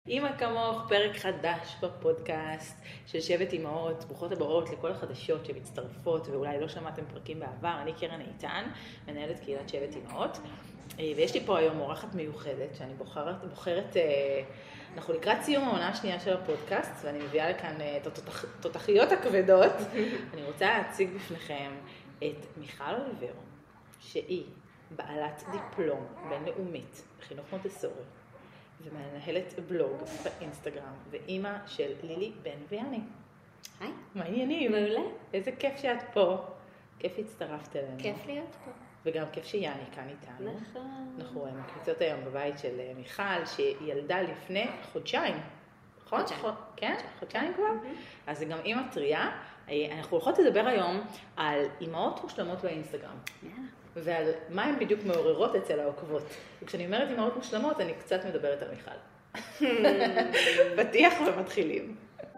אמא כמוך, פרק חדש בפודקאסט של שבט אמהות, ברוכות הבאות לכל החדשות שמצטרפות ואולי לא שמעתם פרקים בעבר. אני קרן איתן, מנהלת קהילת שבט אמהות, ויש לי פה היום אורחת מיוחדת שאני בוחרת, אנחנו לקראת סיום העונה השנייה של הפודקאסט ואני מביאה לכאן את התותחיות הכבדות. אני רוצה להציג בפניכם את מיכל אוליברו, שהיא בעלת דיפלום בינלאומית בחינוך מונטסורי, ומנהלת בלוג באינסטגרם, ואימא של לילי בן ויאני. היי. מה העניינים? מעולה. איזה כיף שאת פה. כיף הצטרפת אלינו. כיף להיות פה. וגם כיף שיאני כאן איתנו. נכון. אנחנו מקליטות היום בבית של מיכל, שילדה לפני חודשיים. נכון? כן? חודשיים כבר? אז זה גם אימא טריה. אנחנו הולכות לדבר היום על אימהות מושלמות באינסטגרם. ועל מה הן בדיוק מעוררות אצל העוקבות. וכשאני אומרת אימהות מושלמות, אני קצת מדברת על מיכל. פתיח ומתחילים.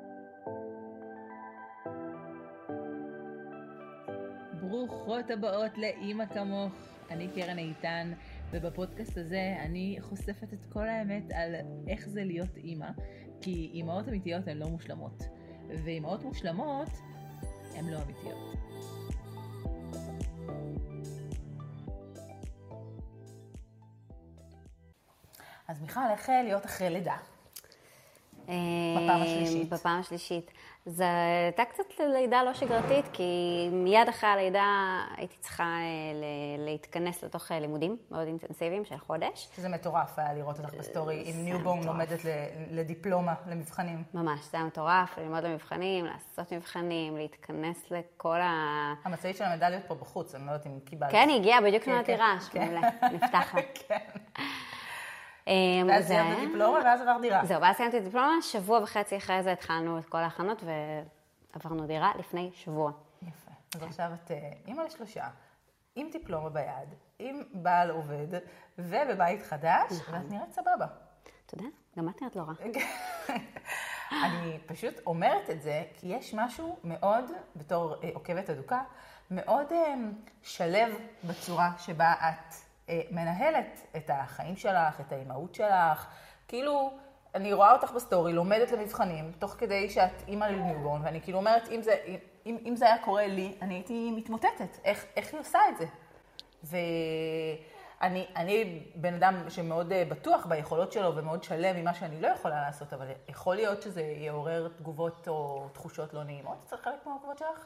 ברוכות הבאות לאמא כמוך. אני קרן איתן, ובפודקאסט הזה אני חושפת את כל האמת על איך זה להיות אימא, כי אימהות אמיתיות הן לא מושלמות, ואימהות מושלמות הן לא אמיתיות. אז מיכל, איך להיות אחרי לידה? בפעם השלישית. בפעם השלישית. זו הייתה קצת לידה לא שגרתית, כי מיד אחרי הלידה הייתי צריכה להתכנס לתוך לימודים מאוד אינטנסיביים של חודש. שזה מטורף היה לראות אותך בסטורי עם ניובורן לומדת לדיפלומה, למבחנים. ממש, זה היה מטורף, ללמוד למבחנים, לעשות מבחנים, להתכנס לכל המצאית של המדליות פה בחוץ, אני לא יודעת אם קיבלת. כן, היא הגיעה בדיוק נולדתי רעש, נפתח לה. כן. ואז סיימת דיפלומה ואז עבר דירה. זהו, ואז סיימתי דיפלומה, שבוע וחצי אחרי זה התחלנו את כל ההכנות ועברנו דירה לפני שבוע. יפה. אז עכשיו את אימא לשלושה, עם דיפלומה ביד, עם בעל עובד ובבית חדש, ואת נראית סבבה. תודה, גם את נראית לא רע. אני פשוט אומרת את זה, כי יש משהו מאוד, בתור עוקבת אדוקה, מאוד שלב בצורה שבה את מנהלת את החיים שלך, את האימהות שלך. כאילו, אני רואה אותך בסטורי, לומדת למבחנים, תוך כדי שאת אימא לניובורן, ואני כאילו אומרת, אם זה היה קורה לי, אני הייתי מתמוטטת. איך היא עושה את זה? ואני בן אדם שמאוד בטוח ביכולות שלו, ומאוד שלם ממה שאני לא יכולה לעשות, אבל יכול להיות שזה יעורר תגובות או תחושות לא נעימות? זה חלק מהעוקבות שלך?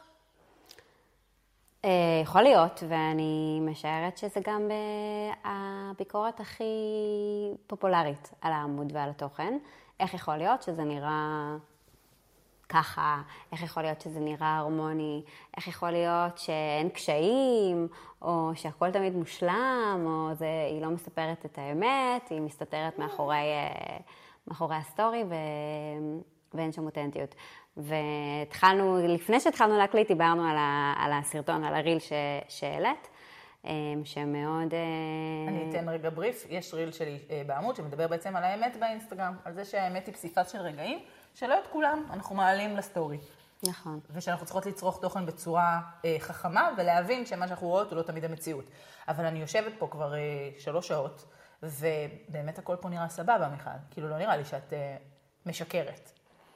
יכול להיות, ואני משערת שזה גם הביקורת הכי פופולרית על העמוד ועל התוכן. איך יכול להיות שזה נראה ככה, איך יכול להיות שזה נראה הרמוני, איך יכול להיות שאין קשיים, או שהכל תמיד מושלם, או היא לא מספרת את האמת, היא מסתתרת מאחורי הסטורי ואין שם אותנטיות. לפני שהתחלנו להקליט, דיברנו על הסרטון, על הריל שהעלית, שמאוד... אני אתן רגע בריף. יש ריל שלי בעמוד שמדבר בעצם על האמת באינסטגרם, על זה שהאמת היא פסיפס של רגעים, שלא את כולם אנחנו מעלים לסטורי. נכון. ושאנחנו צריכות לצרוך תוכן בצורה חכמה, ולהבין שמה שאנחנו רואות הוא לא תמיד המציאות. אבל אני יושבת פה כבר 3 שעות, ובאמת הכל פה נראה סבבה, מיכל. כאילו לא נראה לי שאת משקרת.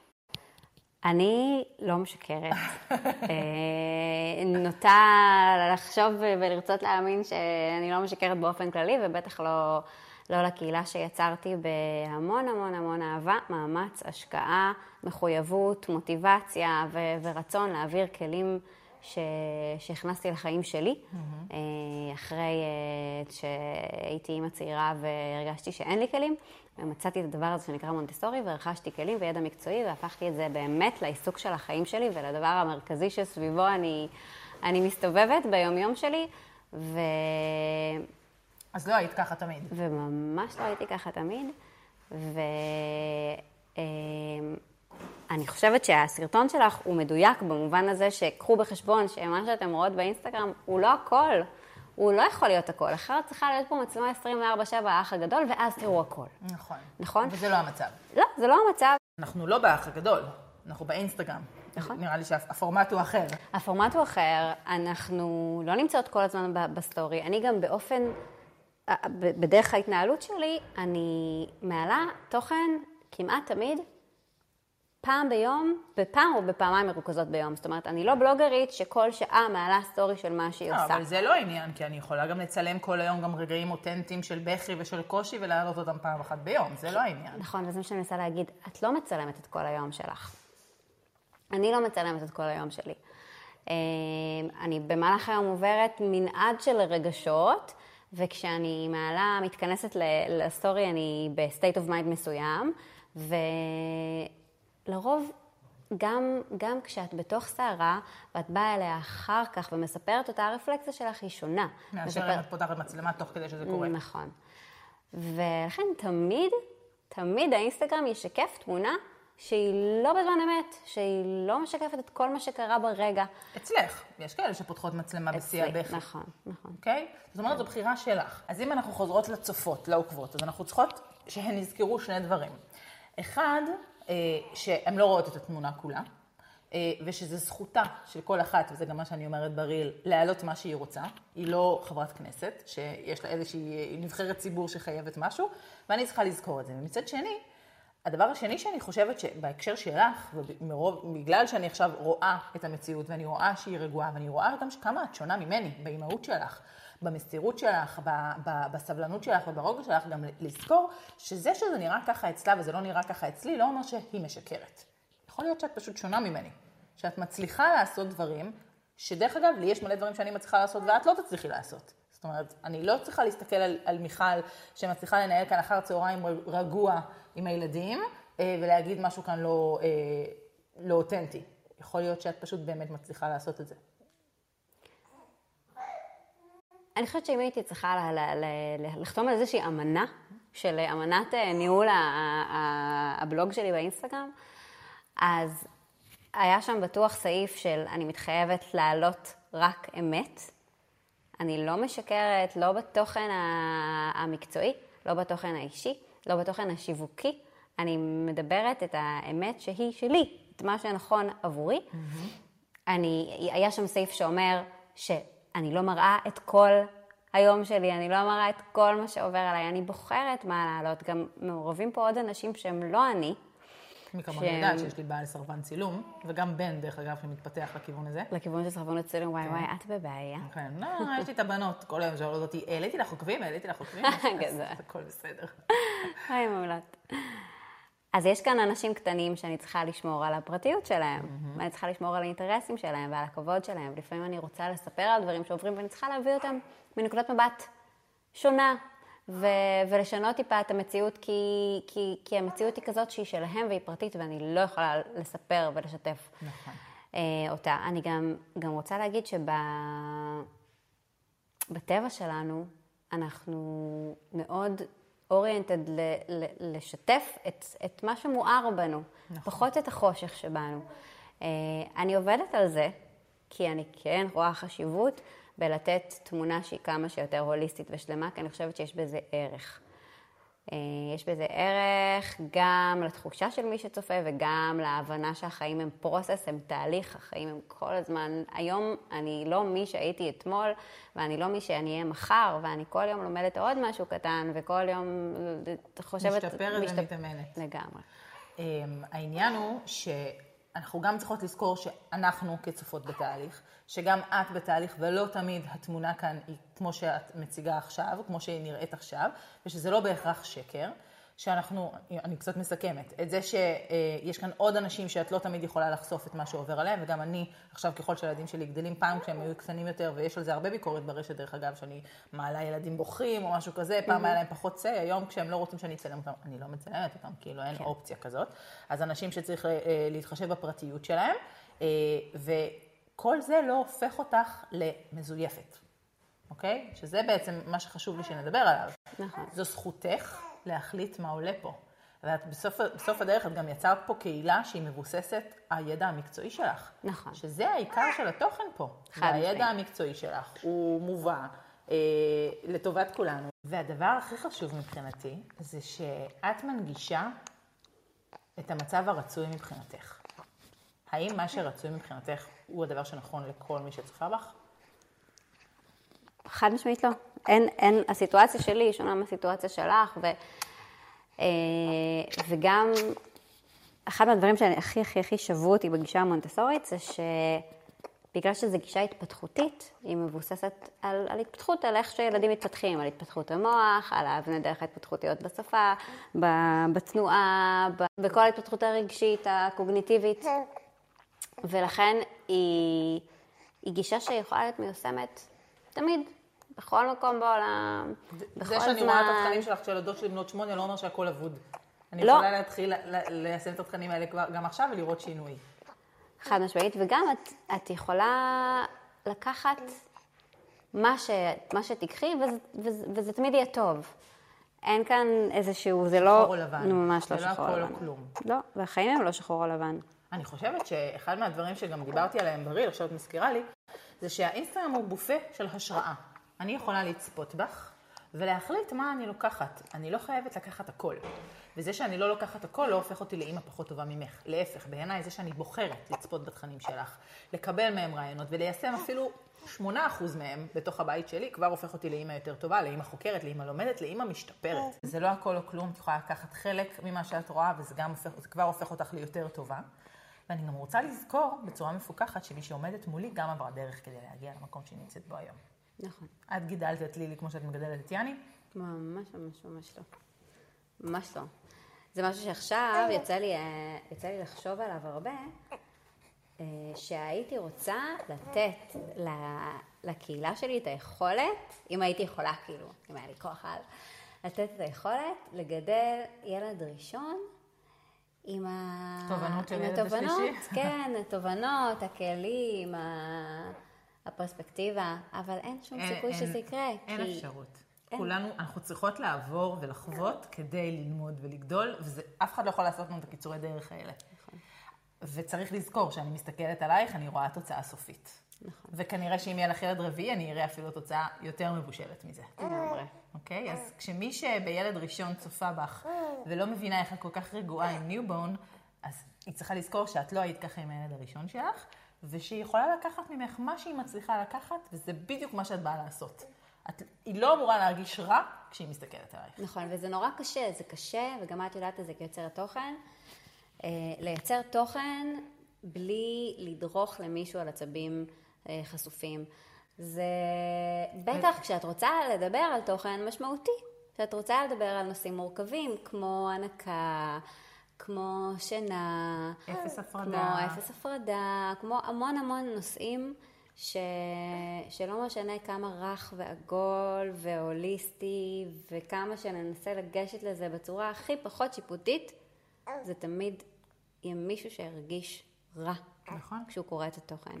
אני לא משקרת. נוטה לחשוב ולרצות להאמין שאני לא משקרת באופן כללי, ובטח לא לקהילה שיצרתי בהמון המון המון אהבה, מאמץ, השקעה, מחויבות, מוטיבציה ורצון להעביר כלים שהכנסתי לחיים שלי. אחרי שהייתי אימא צעירה והרגשתי שאין לי כלים, ומצאתי את הדבר הזה שנקרא מונטסורי, ורכשתי כלים וידע מקצועי, והפכתי את זה באמת לעיסוק של החיים שלי, ולדבר המרכזי שסביבו אני מסתובבת ביום-יום שלי, אז לא היית ככה תמיד. וממש לא הייתי ככה תמיד, אני חושבת שהסרטון שלך הוא מדויק במובן הזה שקחו בחשבון שמה שאתם רואות באינסטגרם הוא לא הכל. הוא לא יכול להיות הכל. אחרת צריכה להיות פה מצלמה 24/7 האח הגדול, ואז תראו הכל. נכון. נכון? וזה לא המצב. לא, זה לא המצב. אנחנו לא באח הגדול, אנחנו באינסטגרם. נכון. נראה לי שהפורמט הוא אחר. הפורמט הוא אחר, אנחנו לא נמצאות כל הזמן בסטורי. אני גם בדרך ההתנהלות שלי, אני מעלה תוכן כמעט תמיד, פעם ביום, בפעם או בפעמיים מרוכזות ביום. זאת אומרת, אני לא בלוגרית שכל שעה מעלה סטורי של מה שהיא עושה. אבל זה לא עניין, כי אני יכולה גם לצלם כל היום גם רגעים אותנטיים של בכי ושל קושי ולהעלות אותם פעם אחת ביום. זה לא העניין. נכון, וזה מה שאני מנסה להגיד. את לא מצלמת את כל היום שלך. אני לא מצלמת את כל היום שלי. אני במהלך היום עוברת מנעד של רגשות, וכשאני מעלה, מתכנסת לסטורי, אני ב-state of mind מסוים, ולרוב, גם כשאת בתוך סערה, ואת באה אליה אחר כך ומספרת אותה, הרפלקסיה שלך היא שונה. מאשר אם את פותחת מצלמה תוך כדי שזה קורה. נכון. ולכן תמיד האינסטגרם ישקף תמונה שהיא לא בזמן אמת, שהיא לא משקפת את כל מה שקרה ברגע. אצלך, יש כאלה שפותחות מצלמה בשיא הבכי. נכון. אוקיי? זאת אומרת, זו בחירה שלך. אז אם אנחנו חוזרות לצופות, לעוקבות, אז אנחנו צריכות שהן יזכרו שני דברים. אחד, שהן לא רואות את התמונה כולה, ושזה זכותה של כל אחת, וזה גם מה שאני אומרת בריל, להעלות מה שהיא רוצה. היא לא חברת כנסת, שיש לה איזושהי נבחרת ציבור שחייבת משהו, ואני צריכה לזכור את זה. ומצד שני, הדבר השני שאני חושבת שבהקשר שלך, בגלל שאני עכשיו רואה את המציאות, ואני רואה שהיא רגועה, ואני רואה גם כמה את שונה ממני, באימהות שלך, במסירות שלך, בסבלנות שלך וברוגע שלך, גם לזכור שזה נראה ככה אצלה וזה לא נראה ככה אצלי, לא אומר שהיא משקרת. יכול להיות שאת פשוט שונה ממני, שאת מצליחה לעשות דברים, שדרך אגב, לי יש מלא דברים שאני מצליחה לעשות ואת לא תצליחי לעשות. זאת אומרת, אני לא צריכה להסתכל על מיכל שמצליחה לנהל כאן אחר צהריים רגוע עם הילדים, ולהגיד משהו כאן לא אותנטי. יכול להיות שאת פשוט באמת מצליחה לעשות את זה. אני חושבת שאם הייתי צריכה לחתום על איזושהי אמנה, של אמנת ניהול הבלוג שלי באינסטגרם, אז היה שם בטוח סעיף של אני מתחייבת להעלות רק אמת. אני לא משקרת, לא בתוכן המקצועי, לא בתוכן האישי, לא בתוכן השיווקי. אני מדברת את האמת שהיא שלי, את מה שנכון עבורי. היה שם סעיף שאומר שאני לא מראה את כל היום שלי, אני לא מראה את כל מה שעובר עליי, אני בוחרת מה לעלות. גם מעורבים פה עוד אנשים שהם לא אני. מכמה אני יודעת שיש לי בעל סרבן צילום, וגם בן, דרך אגב, שמתפתח לכיוון הזה. לכיוון של סרבנות צילום, וואי, את בבעיה. כן, לא, יש לי את הבנות, כל היום שאלות אותי, העליתי לך עוקבים, אז הכל בסדר. היי, מעולות. אז יש כאן אנשים קטנים שאני צריכה לשמור על הפרטיות שלהם, ואני צריכה לשמור על האינטרסים שלהם ועל הכבוד שלהם, ולפעמים אני רוצה לספר על דברים שעוברים, ואני צריכה להביא אותם מנקודת מבט שונה, ולשנות טיפה את המציאות, כי המציאות היא כזאת שהיא שלהם והיא פרטית, ואני לא יכולה לספר ולשתף אותה. אני גם רוצה להגיד שבטבע שלנו אנחנו מאוד אוריינטד לשתף את מה שמואר בנו, פחות את החושך שבנו. אני עובדת על זה, כי אני כן רואה חשיבות בלתת תמונה שהיא כמה שיותר הוליסטית ושלמה, כי אני חושבת שיש בזה ערך. יש בזה ערך גם לתחושה של מי שצופה וגם להבנה שהחיים הם פרוסס, הם תהליך, החיים הם כל הזמן. היום אני לא מי שהייתי אתמול ואני לא מי שאני אהיה מחר, ואני כל יום לומדת עוד משהו קטן וכל יום חושבת... משתפרת ומתאמנת. לגמרי. העניין הוא שאנחנו גם צריכות לזכור שאנחנו כצופות בתהליך, שגם את בתהליך ולא תמיד התמונה כאן היא כמו שאת מציגה עכשיו, כמו שהיא נראית עכשיו, ושזה לא בהכרח שקר, אני קצת מסכמת, את זה שיש כאן עוד אנשים שאת לא תמיד יכולה לחשוף את מה שעובר עליהם, וגם אני עכשיו ככל שהילדים שלי גדלים פעם כשהם היו קטנים יותר, ויש על זה הרבה ביקורת ברשת דרך אגב, שאני מעלה ילדים בוכים או משהו כזה, פעם היה להם פחות צי, היום כשהם לא רוצים שאני אצלם אותם, אני לא מצלמת אותם, כאילו אין אופציה כזאת, אז אנשים שצריך להתחשב בפרטיות שלהם, וכל זה לא הופך אותך למזויפת, אוקיי? שזה בעצם מה שחשוב לי שנדבר עליו. נכון. זו זכותך להחליט מה עולה פה. ואת בסוף הדרך את גם יצרת פה קהילה שהיא מבוססת על הידע המקצועי שלך. נכון. שזה העיקר של התוכן פה. והידע המקצועי שלך הוא מובא לטובת כולנו. והדבר הכי חשוב מבחינתי זה שאת מנגישה את המצב הרצוי מבחינתך. האם מה שרצוי מבחינתך הוא הדבר שנכון לכל מי שצופה בך? חד משמעית לא. הסיטואציה שלי היא שונה מהסיטואציה שלך, וגם, אחד מהדברים שהכי הכי הכי שבו אותי בגישה המונטסורית, זה שבגלל שזו גישה התפתחותית, היא מבוססת על התפתחות, על איך שילדים מתפתחים, על התפתחות המוח, על האבני דרך ההתפתחותיות בשפה, בתנועה, בכל ההתפתחות הרגשית, הקוגניטיבית. ולכן היא גישה שיכולה להיות מיושמת תמיד, בכל מקום בעולם, בכל זמן. זה שאני רואה את התכנים שלך, כשילדות שלי בנות 8, לא אומר שהכל אבוד. אני יכולה להתחיל ליישם את התכנים האלה גם עכשיו ולראות שינוי. חד משמעית, וגם את יכולה לקחת מה שתיקחי, וזה תמיד יהיה טוב. אין כאן איזשהו, זה לא... שחור או לבן. ממש לא שחור שחור או לבן. זה לא הכל או כלום. לא, והחיים הם לא שחור או לבן. אני חושבת שאחד מהדברים שגם דיברתי עליהם בריל, עכשיו את מזכירה לי, זה שהאינסטגרם הוא בופה של השראה. אני יכולה לצפות בך ולהחליט מה אני לוקחת. אני לא חייבת לקחת הכל. וזה שאני לא לוקחת הכל לא הופך אותי לאמא פחות טובה ממך. להפך, בעיניי זה שאני בוחרת לצפות בתכנים שלך, לקבל מהם רעיונות וליישם אפילו 8% מהם בתוך הבית שלי, כבר הופך אותי לאמא יותר טובה, לאמא חוקרת, לאמא לומדת, לאמא משתפרת. זה לא הכל או כלום, את יכולה לקחת חלק ממה שאת רואה, וזה כבר הופך אותך ליותר טובה. ואני גם רוצה לזכור בצורה מפוקחת שמי שעומדת מולי גם עברה דרך כדי להגיע למקום שהיא נמצאת בו היום. נכון. את גידלת את לילי כמו שאת מגדלת את יאני? ממש לא. ממש לא. זה משהו שעכשיו יצא לי לחשוב עליו הרבה, שהייתי רוצה לתת לקהילה שלי את היכולת, אם הייתי יכולה כאילו, אם היה לי כוח על, לתת את היכולת לגדל ילד ראשון עם תובנות של ילד השלישי. כן, התובנות, הכלים, הפרספקטיבה, אבל אין שום סיכוי שזה יקרה. אין אפשרות. כולנו, אנחנו צריכות לעבור ולחוות כדי ללמוד ולגדול, ואף אחד לא יכול לעשות לנו את הקיצורי דרך האלה. נכון. וצריך לזכור שאני מסתכלת עלייך, אני רואה תוצאה סופית. נכון. וכנראה שאם יהיה לך ילד רביעי, אני אראה אפילו תוצאה יותר מבושלת מזה. לגמרי. אוקיי? אז כשמי שבילד ראשון צופה בך, ולא מבינה איך את כל כך רגועה עם ניובורן, אז היא צריכה לזכור שאת לא היית ככה עם הילד הראשון שלך, ושהיא יכולה לקחת ממך מה שהיא מצליחה לקחת, וזה בדיוק מה שאת באה לעשות. היא לא אמורה להרגיש רע כשהיא מסתכלת עלייך. נכון, וזה נורא קשה, זה קשה, וגם את יודעת את זה כיוצרת תוכן. לייצר תוכן בלי לדרוך למישהו על עצבים חשופים. זה בטח כשאת רוצה לדבר על תוכן משמעותי, כשאת רוצה לדבר על נושאים מורכבים, כמו הנקה, כמו שינה, אפס הפרדה, כמו המון נושאים שלא משנה כמה רך ועגול והוליסטי, וכמה שננסה לגשת לזה בצורה הכי פחות שיפוטית, זה תמיד יהיה מישהו שירגיש רע. נכון. כשהוא קורא את התוכן.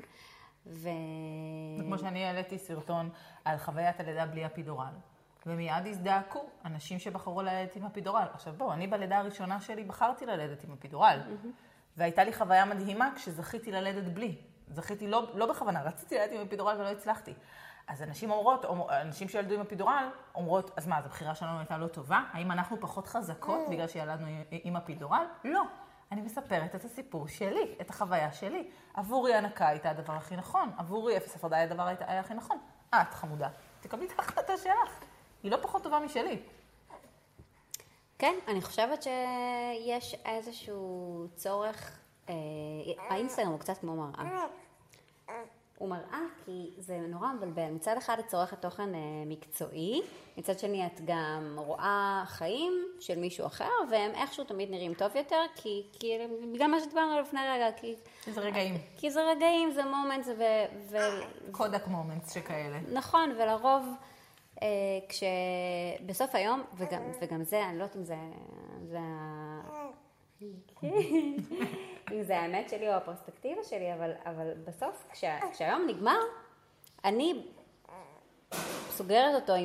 כמו שאני העליתי סרטון על חוויית הלידה בלי אפידורל, ומיד הזדעקו אנשים שבחרו ללדת עם אפידורל. עכשיו בואו, אני בלידה הראשונה שלי בחרתי ללדת עם אפידורל, והייתה לי חוויה מדהימה כשזכיתי ללדת בלי. זכיתי לא בכוונה, רציתי ללדת עם אפידורל ולא הצלחתי. אז אנשים שילדו עם אפידורל אומרות, אז מה, אז הבחירה שלנו הייתה לא טובה? האם אנחנו פחות חזקות בגלל שילדנו עם אפידורל? לא. אני מספרת את הסיפור שלי, את החוויה שלי. עבורי הנקה הייתה הדבר הכי נכון, עבורי אפס הפרדה היה הדבר הכי נכון. את חמודה, תקבלי את ההחלטה שלך. היא לא פחות טובה משלי. כן, אני חושבת שיש איזשהו צורך, האינסטגרם הוא קצת כמו מראה. הוא מראה כי זה נורא מבלבל. מצד אחד את צורכת תוכן מקצועי, מצד שני את גם רואה חיים של מישהו אחר, והם איכשהו תמיד נראים טוב יותר, כי בגלל מה שדברנו לפני רגע, כי זה רגעים. כי זה רגעים, זה מומנטס קודק מומנטס שכאלה. נכון, ולרוב כשבסוף היום, וגם זה, אני לא יודעת אם זה האמת שלי או הפרספקטיבה שלי, אבל בסוף, כשהיום נגמר, אני סוגרת אותו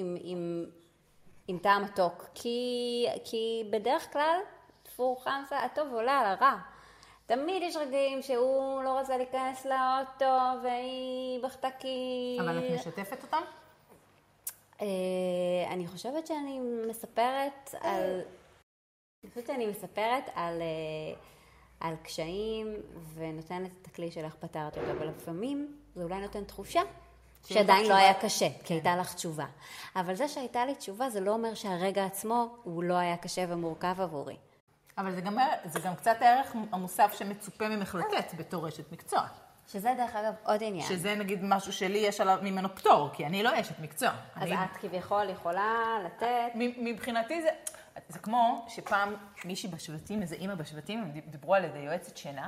עם טעם מתוק, כי בדרך כלל, תפור חמסה, הטוב עולה על הרע. תמיד יש רגעים שהוא לא רצה להיכנס לאוטו, והיא בכתה כי... אבל את משתפת אותם? אני חושבת שאני מספרת על קשיים ונותנת את הכלי שלך פתרת אותו, אבל לפעמים זה אולי נותן תחושה שעדיין לא היה קשה, כי הייתה לך תשובה. אבל זה שהייתה לי תשובה, זה לא אומר שהרגע עצמו הוא לא היה קשה ומורכב עבורי. אבל זה גם קצת הערך המוסף שמצופה ממך לתת בתור אשת מקצוע. שזה דרך אגב עוד עניין. שזה נגיד משהו שלי יש עליו ממנו פטור, כי אני לא אשת מקצוע. אז את כביכול יכולה לתת... מבחינתי זה כמו שפעם מישהי בשבטים, איזה אימא בשבטים, הם דיברו על ידי יועצת שינה,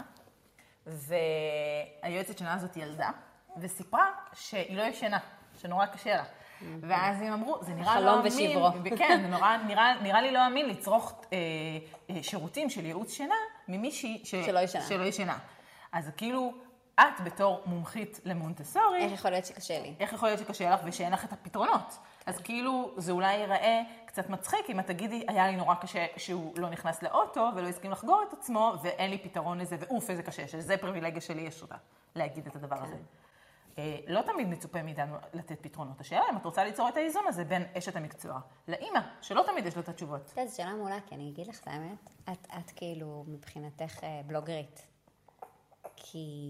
והיועצת שינה הזאת ילדה, וסיפרה שהיא לא ישנה, שנורא קשה לה. ואז הם אמרו, זה נראה לא אמין. חלום ושברו. כן, נראה לי לא אמין לצרוך שירותים של ייעוץ שינה ממישהי שלא ישנה. אז כאילו, את בתור מומחית למונטסורי... איך יכול להיות שקשה לי? איך יכול להיות שקשה לך ושאין לך את הפתרונות? אז כאילו, זה אולי ייראה קצת מצחיק אם את תגידי, היה לי נורא קשה שהוא לא נכנס לאוטו ולא הסכים לחגור את עצמו, ואין לי פתרון לזה, ואוף, איזה קשה, שזה פריבילגיה שלי יש אותה, להגיד את הדבר הזה. לא תמיד מצופה מאיתנו לתת פתרונות. השאלה אם את רוצה ליצור את האיזון הזה בין אשת המקצוע לאמא, שלא תמיד יש לו את התשובות. זו שאלה מעולה, כי אני אגיד לך את האמת, את כאילו מבחינתך בלוגרית. כי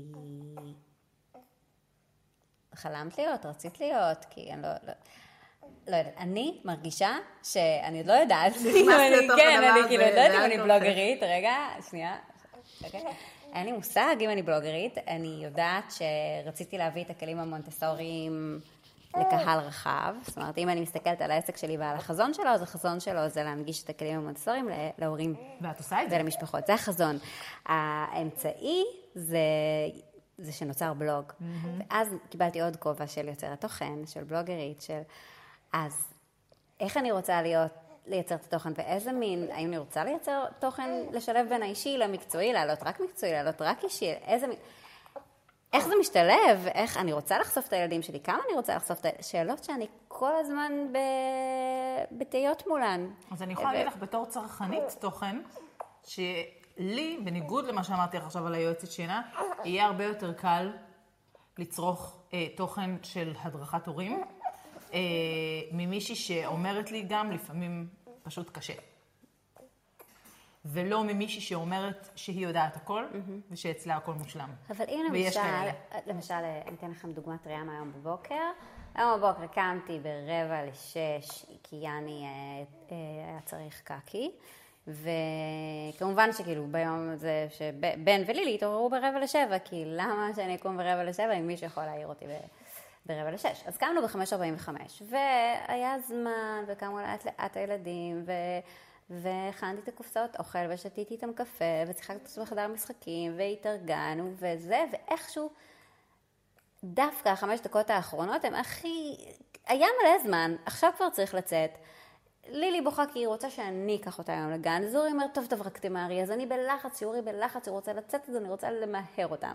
חלמת להיות, רצית להיות, כי אני לא יודעת. אני מרגישה שאני עוד לא יודעת. כן, אני כאילו יודעת אם אני בלוגרית. רגע, שנייה. אין לי מושג אם אני בלוגרית. אני יודעת שרציתי להביא את הכלים המונטסוריים לקהל רחב. זאת אומרת, אם אני מסתכלת על העסק שלי ועל החזון שלו, אז החזון שלו זה להנגיש את הכלים המונטסוריים להורים. ואת עושה את זה? ולמשפחות. זה החזון. האמצעי זה שנוצר בלוג. ואז קיבלתי עוד כובע של יוצרת תוכן, של בלוגרית, אז איך אני רוצה לייצר את התוכן, ואיזה מין, האם אני רוצה לייצר תוכן, לשלב בין האישי למקצועי, לעלות רק מקצועי, לעלות רק אישי, איזה מין, איך זה משתלב, איך אני רוצה לחשוף את הילדים שלי, כמה אני רוצה לחשוף את שאלות שאני כל הזמן בתהיות מולן. אז אני יכולה להגיד לך בתור צרכנית תוכן, לי, בניגוד למה שאמרתי לך עכשיו על היועצת שינה, יהיה הרבה יותר קל לצרוך תוכן של הדרכת הורים, ממישהי שאומרת לי גם לפעמים פשוט קשה. ולא ממישהי שאומרת שהיא יודעת הכל, ושאצלה הכל מושלם. אבל אם למשל, אני אתן לכם דוגמה טריה מהיום בבוקר. היום בבוקר קמתי 5:45, כי יאני היה צריך קקי. וכמובן שכאילו ביום הזה שבן ולילי התעוררו 5:45, כי למה שאני אקום 5:45 אם מישהו יכול להעיר אותי 5:45? אז קמנו 5:45, והיה זמן, וקמו לאט הילדים, והכנתי את הקופסאות אוכל, ושתיתי איתם קפה, ושיחקתי אותם בחדר משחקים, והתארגנו, ואיכשהו, דווקא 5 דקות האחרונות, הם היה מלא זמן, עכשיו כבר צריך לצאת, לילי בוכה כי היא רוצה שאני אקח אותה היום לגן, זורי אומר, טוב, רק תמהרי, אז אני בלחץ, שיעורי בלחץ, הוא רוצה לצאת, אז אני רוצה למהר אותם,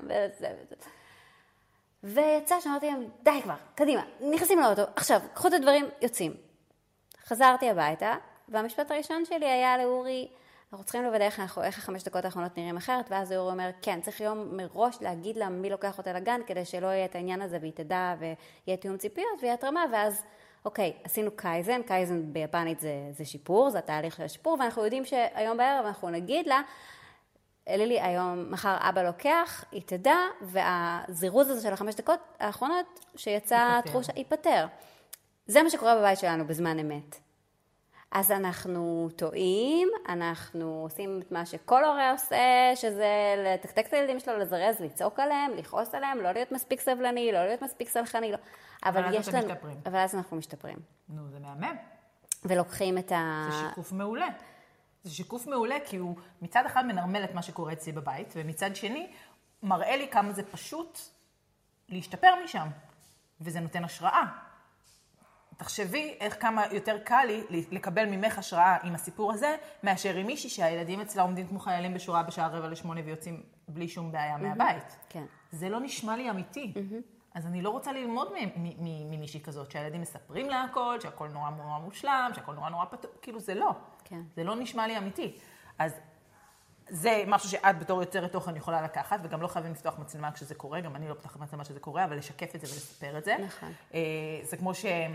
ויצא שאמרתי להם, די כבר, קדימה, נכנסים לאוטו, עכשיו, קחו את הדברים, יוצאים. חזרתי הביתה, והמשפט הראשון שלי היה לאורי, אנחנו צריכים לוודא איך 5 דקות האחרונות נראים אחרת, ואז אורי אומר, כן, צריך יום מראש להגיד לה מי לוקח אותה לגן, כדי שלא יהיה את העניין הזה, והיא תדע, ויהיה תיאום ציפיות, ויהיה התרמה, ואז אוקיי, עשינו קייזן, קייזן ביפנית זה שיפור, זה התהליך של השיפור, ואנחנו יודעים שהיום בערב אנחנו נגיד לה, לילי, היום, מחר אבא לוקח, היא תדע, והזירוז הזה של 5 דקות האחרונות שיצא תחושה, ייפטר. זה מה שקורה בבית שלנו בזמן אמת. אז אנחנו טועים, אנחנו עושים את מה שכל הורה עושה, שזה לתקתק את הילדים שלו, לזרז, לצעוק עליהם, לכעוס עליהם, לא להיות מספיק סבלני, לא להיות מספיק סלחני, לא. אבל אז אתם משתפרים. אבל אז אנחנו משתפרים. נו, זה מהמם. ולוקחים את זה שיקוף מעולה. זה שיקוף מעולה כי הוא מצד אחד מנרמל את מה שקורה אצלי בבית, ומצד שני מראה לי כמה זה פשוט להשתפר משם, וזה נותן השראה. תחשבי איך כמה יותר קל לי לקבל ממך השראה עם הסיפור הזה, מאשר עם מישהי שהילדים אצלה עומדים כמו חיילים בשורה בשעה 7:45 ויוצאים בלי שום בעיה מהבית. כן. זה לא נשמע לי אמיתי. אז אני לא רוצה ללמוד ממישהי כזאת, שהילדים מספרים לה הכל, שהכל נורא נורא מושלם, שהכל נורא פתוח, כאילו זה לא. כן. זה לא נשמע לי אמיתי. אז זה משהו שאת בתור יוצרת תוכן יכולה לקחת, וגם לא חייבים לפתוח מצלמה כשזה קורה, גם אני לא פתחת מצלמה שזה קורה, אבל לשקף את זה ולספר את זה. נכון. זה כמו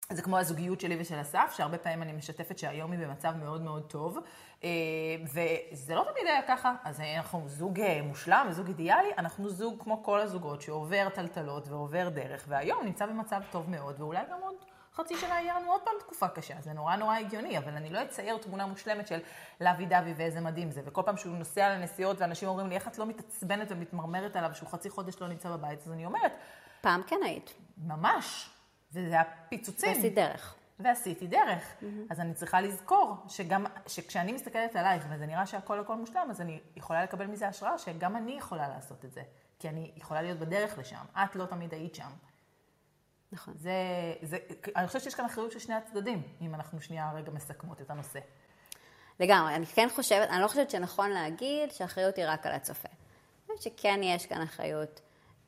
זה כמו הזוגיות שלי ושל אסף, שהרבה פעמים אני משתפת שהיום היא במצב מאוד מאוד טוב, וזה לא תמיד היה ככה. אז אנחנו זוג מושלם, זוג אידיאלי, אנחנו זוג כמו כל הזוגות שעובר טלטלות ועובר דרך, והיום נמצא במצב טוב מאוד, ואולי גם עוד חצי שנה יהיה לנו עוד פעם תקופה קשה. זה נורא נורא הגיוני, אבל אני לא אצייר תמונה מושלמת של לוי דווי ואיזה מדהים זה. וכל פעם שהוא נוסע לנסיעות ואנשים אומרים לי, איך את לא מתעצבנת ומתמרמרת עליו שהוא חצי חודש לא נמצא בבית, אז אני אומרת, פעם כן היית. ממש. וזה היה פיצוצים. ועשית דרך. ועשיתי דרך. אז אני צריכה לזכור שכשאני מסתכלת עלייך, וזה נראה שהכל מושלם, אז אני יכולה לקבל מזה השראה שגם אני יכולה לעשות את זה. כי אני יכולה להיות בדרך לשם. את לא תמיד היית שם. נכון. אני חושבת שיש כאן אחריות של שני הצדדים, אם אנחנו שנייה רגע מסכמות את הנושא. לגמרי, אני לא חושבת שנכון להגיד שהאחריות היא רק על הצופה. אני חושבת שכן יש כאן אחריות,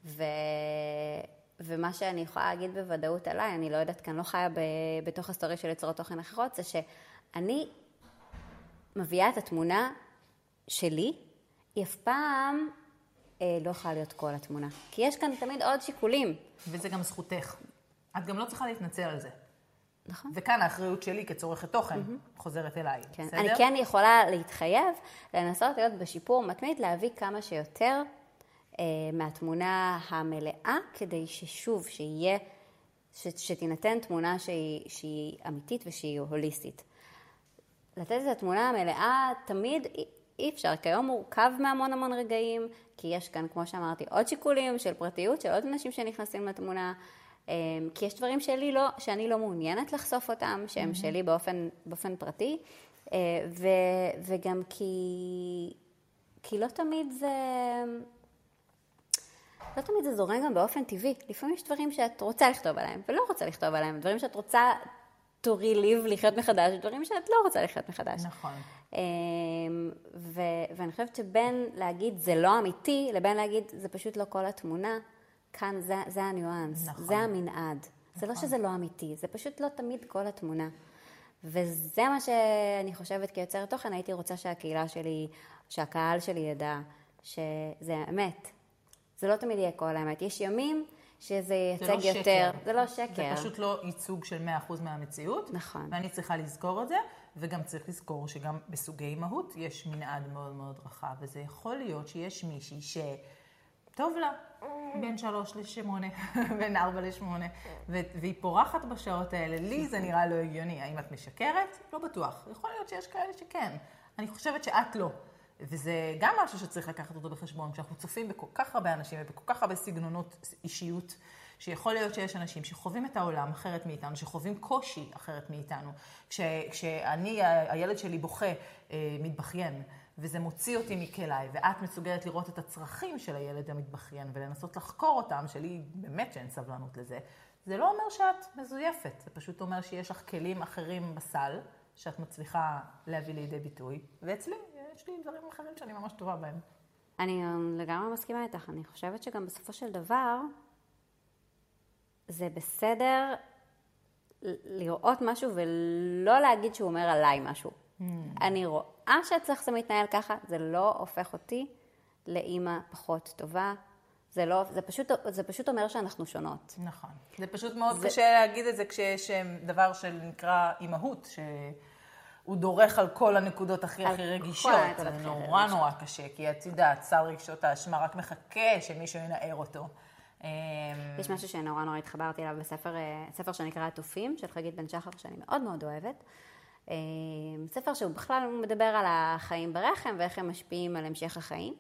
ומה שאני יכולה להגיד בוודאות עליי, אני לא יודעת, כאן לא חיה בתוך הסטורי של יצירות תוכן אחרות, זה שאני מביאה את התמונה שלי, היא אף פעם לא יכולה להיות כל התמונה. כי יש כאן תמיד עוד שיקולים. וזה גם זכותך. את גם לא צריכה להתנצל על זה. נכון. וכאן האחריות שלי כצורכת תוכן חוזרת אליי. כן. בסדר? אני כן יכולה להתחייב, לנסות להיות בשיפור מתמיד, להביא כמה שיותר מהתמונה המלאה, כדי ששוב, שתינתן תמונה שהיא אמיתית ושהיא הוליסטית. לתת את התמונה המלאה תמיד אי אפשר, כי היום מורכב מהמון רגעים, כי יש כאן, כמו שאמרתי, עוד שיקולים של פרטיות, של עוד אנשים שנכנסים לתמונה, כי יש דברים שאני לא מעוניינת לחשוף אותם, שהם שלי באופן פרטי, וגם כי לא תמיד זה זורם גם באופן טבעי. לפעמים יש דברים שאת רוצה לכתוב עליהם, ולא רוצה לכתוב עליהם. דברים שאת רוצה to relive, לחיות מחדש, דברים שאת לא רוצה לחיות מחדש. נכון. ואני חושבת שבין להגיד זה לא אמיתי, לבין להגיד זה פשוט לא כל התמונה, כאן זה הניואנס, נכון. זה המנעד. זה לא שזה לא אמיתי, זה פשוט לא תמיד כל התמונה. וזה מה שאני חושבת כיוצרת תוכן, הייתי רוצה שהקהילה שלי, שהקהל שלי ידע שזה אמת. זה לא תמיד יהיה כל האמת. יש ימים שזה ייצג יותר. זה לא שקר. זה פשוט לא ייצוג של 100% מהמציאות. נכון. ואני צריכה לזכור את זה, וגם צריך לזכור שגם בסוגי אימהות יש מנעד מאוד מאוד רחב, וזה יכול להיות שיש מישהי שטוב לה, בין 3 ל-8, בין 4 ל-8, והיא פורחת בשעות האלה. לי זה נראה לא הגיוני. האם את משקרת? לא בטוח. יכול להיות שיש כאלה שכן. אני חושבת שאת לא. וזה גם משהו שצריך לקחת אותו בחשבון, כשאנחנו צופים בכל כך הרבה אנשים ובכל כך הרבה סגנונות אישיות, שיכול להיות שיש אנשים שחווים את העולם אחרת מאיתנו, שחווים קושי אחרת מאיתנו. כשאני, הילד שלי בוכה, מתבכיין, וזה מוציא אותי מכליי, ואת מסוגלת לראות את הצרכים של הילד המתבכיין, ולנסות לחקור אותם, שלי באמת שאין סבלנות לזה, זה לא אומר שאת מזויפת, זה פשוט אומר שיש לך כלים אחרים בסל, שאת מצליחה להביא לידי ביטוי, ואצלי יש לי דברים אחרים שאני ממש טובה בהם. אני לגמרי מסכימה איתך. אני חושבת שגם בסופו של דבר, זה בסדר לראות משהו ולא להגיד שהוא אומר עליי משהו. אני רואה שאצלך זה מתנהל ככה, זה לא הופך אותי לאמא פחות טובה. זה פשוט אומר שאנחנו שונות. נכון. זה פשוט מאוד קשה להגיד את זה כשיש דבר שנקרא אימהות, הוא דורך על כל הנקודות הכי רגישות. זה נורא קשה, כי את יודעת, סל רגשות האשמה רק מחכה שמישהו ינער אותו. יש משהו שנורא התחברתי אליו בספר שנקרא עטופים, של חגית בן שחר, שאני מאוד מאוד אוהבת. ספר שהוא בכלל מדבר על החיים ברחם, ואיך הם משפיעים על המשך החיים.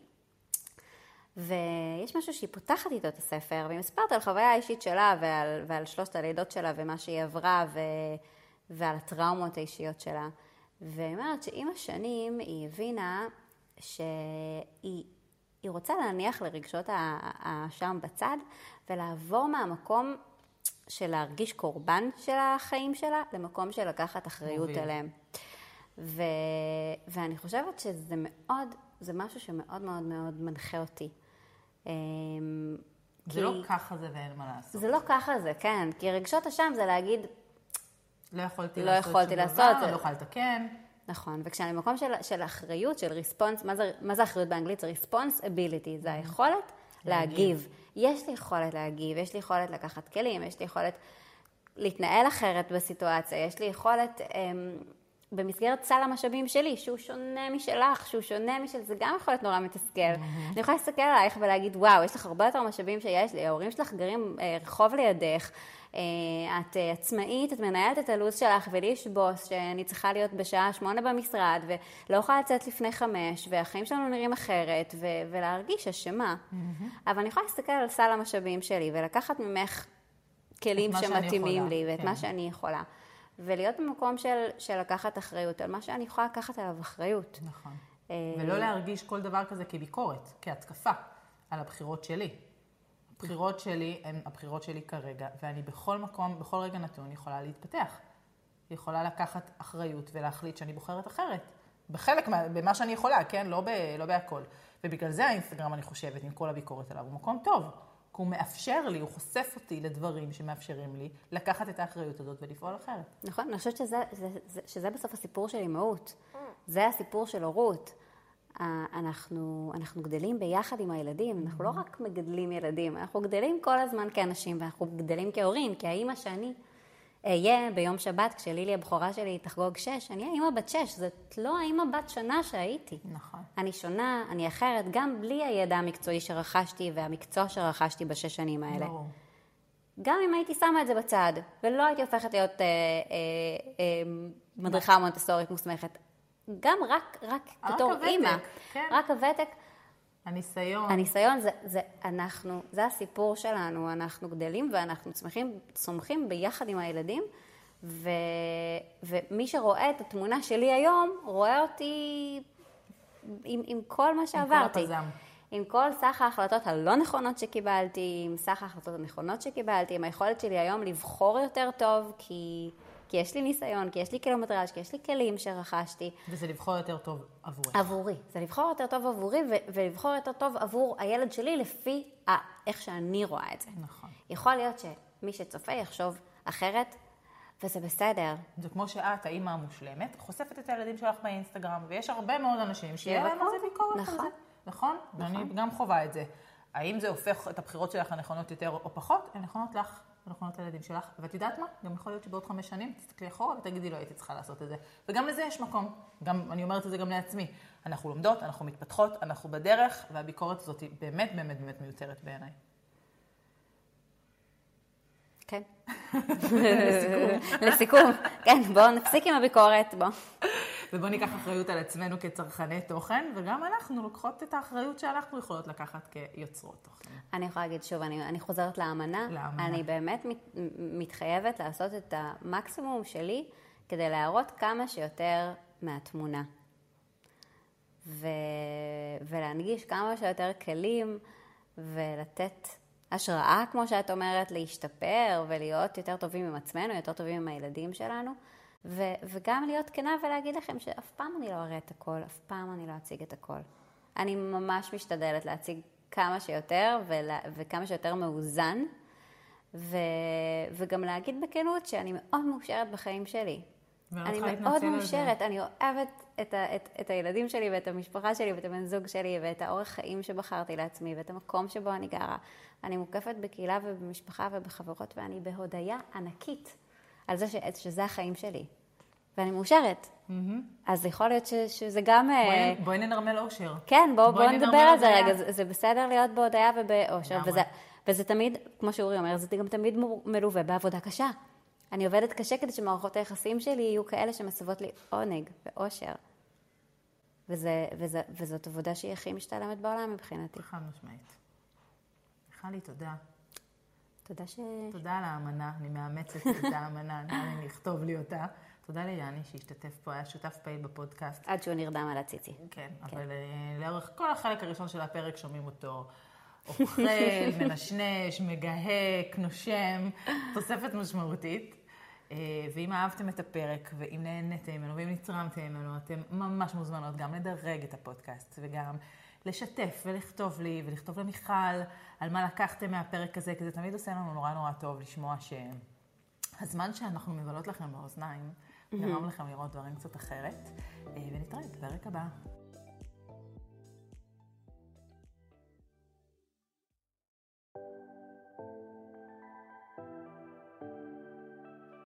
ויש משהו שהיא פותחת איתו את הספר, והיא מספרת על חוויה האישית שלה, ועל 3 הלידות שלה, ומה שהיא עברה, ועל הטראומות האישיות שלה. והיא אומרת שעם השנים היא הבינה שהיא רוצה להניח לרגשות האשם בצד, ולעבור מהמקום של להרגיש קורבן של החיים שלה, למקום של לקחת אחריות עליהם. ואני חושבת שזה זה משהו שמאוד מאוד מאוד מנחה אותי. זה לא ככה זה ואין מה לעשות. זה לא ככה זה, כן. כי רגשות אשם זה להגיד, לא יכולתי לעשות, לא יכולת לתקן. נכון, וכשאני במקום של אחריות, של ריספונס, מה זה אחריות באנגלית? זה responsibility, זה היכולת להגיב. יש לי יכולת להגיב, יש לי יכולת לקחת כלים, יש לי יכולת להתנהל אחרת בסיטואציה, יש לי יכולת במסגרת סל המשאבים שלי, שהוא שונה משלך, שהוא שונה זה גם יכול להיות נורא מתסכל. אני יכולה להסתכל עלייך ולהגיד, וואו, יש לך הרבה יותר משאבים שיש לי, ההורים שלך גרים רחוב לידך, את עצמאית, את מנהלת את הלו"ז שלך, ולי יש בוס שאני צריכה להיות בשעה 8 במשרד, ולא יכולה לצאת לפני 5, והחיים שלנו נראים אחרת, ולהרגיש אשמה. אבל אני יכולה להסתכל על סל המשאבים שלי, ולקחת ממך כלים שמתאימים לי, ואת מה שאני יכולה. ולהיות במקום של לקחת אחריות, על מה שאני יכולה לקחת עליו אחריות. נכון. ולא להרגיש כל דבר כזה כביקורת, כהתקפה על הבחירות שלי. הבחירות שלי הן הבחירות שלי כרגע, ואני בכל מקום, בכל רגע נתון יכולה להתפתח. יכולה לקחת אחריות ולהחליט שאני בוחרת אחרת. בחלק, במה שאני יכולה, כן? לא בהכל. ובגלל זה האינסטגרם, אני חושבת, עם כל הביקורת עליו, הוא מקום טוב. כי הוא מאפשר לי, הוא חושף אותי לדברים שמאפשרים לי לקחת את האחריות הזאת ולפעול אחרת. נכון, אני חושבת שזה בסוף הסיפור של אימהות. זה הסיפור של הורות. אנחנו גדלים ביחד עם הילדים, אנחנו לא רק מגדלים ילדים, אנחנו גדלים כל הזמן כאנשים, ואנחנו גדלים כהורים, כי האמא שאני אהיה ביום שבת, כשלילי הבכורה שלי תחגוג 6, אני האמא בת 6, זאת לא האמא בת שנה שהייתי. נכון. אני שונה, אני אחרת, גם בלי הידע המקצועי שרכשתי, והמקצוע שרכשתי ב6 שנים האלה. לא. גם אם הייתי שמה את זה בצד, ולא הייתי הופכת להיות מדריכה מונטסורית מוסמכת, גם רק בתור אימא, כן. רק הוותק, הניסיון זה הסיפור שלנו, אנחנו גדלים ואנחנו צומחים ביחד עם הילדים, ומי שרואה את התמונה שלי היום, רואה אותי עם כל מה שעברתי. עם כל הפזם. עם כל סך ההחלטות הלא נכונות שקיבלתי, עם סך ההחלטות הנכונות שקיבלתי, עם היכולת שלי היום לבחור יותר טוב, כי יש לי ניסיון, כי יש לי קילומטראז', כי יש לי כלים שרכשתי. וזה לבחור יותר טוב עבורך. עבורי. זה לבחור יותר טוב עבורי, ולבחור יותר טוב עבור הילד שלי, לפי איך שאני רואה את זה. נכון. יכול להיות שמי שצופה יחשוב אחרת, וזה בסדר. זה כמו שאת, האמא המושלמת, חושפת את הילדים שלך באינסטגרם, ויש הרבה מאוד אנשים שיהיה להם על זה ביקורת על זה. נכון? ואני גם חווה את זה. האם זה הופך את הבחירות שלך הנכונות יותר או פחות? הן נכונות לך, נכונות לילדים שלך. ואת יודעת מה? גם יכול להיות שבעוד 5 שנים תסתכלי אחורה ותגידי לא הייתי צריכה לעשות את זה. וגם לזה יש מקום. אני אומרת את זה גם לעצמי. אנחנו לומדות, אנחנו מתפתחות, אנחנו בדרך, והביקורת הזאת היא באמת באמת באמת מיותרת בעיניי. כן. לסיכום. כן, בואו נפסיק עם הביקורת, בואו. ובואו ניקח אחריות על עצמנו כצרכני תוכן, וגם אנחנו לוקחות את האחריות שאנחנו יכולות לקחת כיוצרות תוכן. אני יכולה להגיד שוב, אני חוזרת לאמנה. אני באמת מתחייבת לעשות את המקסימום שלי, כדי להראות כמה שיותר מהתמונה. ולהנגיש כמה שיותר כלים, ולתת השראה, כמו שאת אומרת, להשתפר, ולהיות יותר טובים עם עצמנו, יותר טובים עם הילדים שלנו. וגם להיות כנה ולהגיד לכם שאף פעם אני לא אראה את הכל, אף פעם אני לא אציג את הכל. אני ממש משתדלת להציג כמה שיותר וכמה שיותר מאוזן, וגם להגיד בכנות שאני מאוד מאושרת בחיים שלי. אני מאוד מאושרת, אני אוהבת את הילדים שלי ואת המשפחה שלי ואת הבן זוג שלי ואת האורח חיים שבחרתי לעצמי ואת המקום שבו אני גרה. אני מוקפת בקהילה ובמשפחה ובחברות ואני בהודעה ענקית. על זה שזה החיים שלי. ואני מאושרת. אז יכול להיות שזה גם... בואי ננרמל אושר. כן, בואו נדבר על זה רגע. זה בסדר להיות בהודעה ובאושר. וזה תמיד, כמו שאורי אומר, זה גם תמיד מלווה בעבודה קשה. אני עובדת קשה כדי שמערכות היחסים שלי יהיו כאלה שמסבות לי עונג ואושר. וזאת עבודה שהיא הכי משתלמת בעולם מבחינתי. חד משמעית. מיכלי, תודה. תודה על האמנה, אני מאמצת את האמנה, אני לכתוב לי אותה. תודה ליאני שהשתתף פה, היה שותף פעיל בפודקאסט. עד שהוא נרדם על הציצי. כן, אבל לאורך כל החלק הראשון של הפרק שומעים אותו אוכל, מנשנש, מגהק, נושם, תוספת משמעותית. ואם אהבתם את הפרק, ואם נהנתם ממנו, ואם נצרמתם ממנו, אתם ממש מוזמנות גם לדרג את הפודקאסט, וגם לשתף ולכתוב לי, ולכתוב למיכל על מה לקחתם מהפרק הזה, כי זה תמיד עושה לנו נורא נורא טוב לשמוע שהזמן שאנחנו מבלות לכם באוזניים, גרם לכם לראות דברים קצת אחרת, ונתראה בפרק הבא.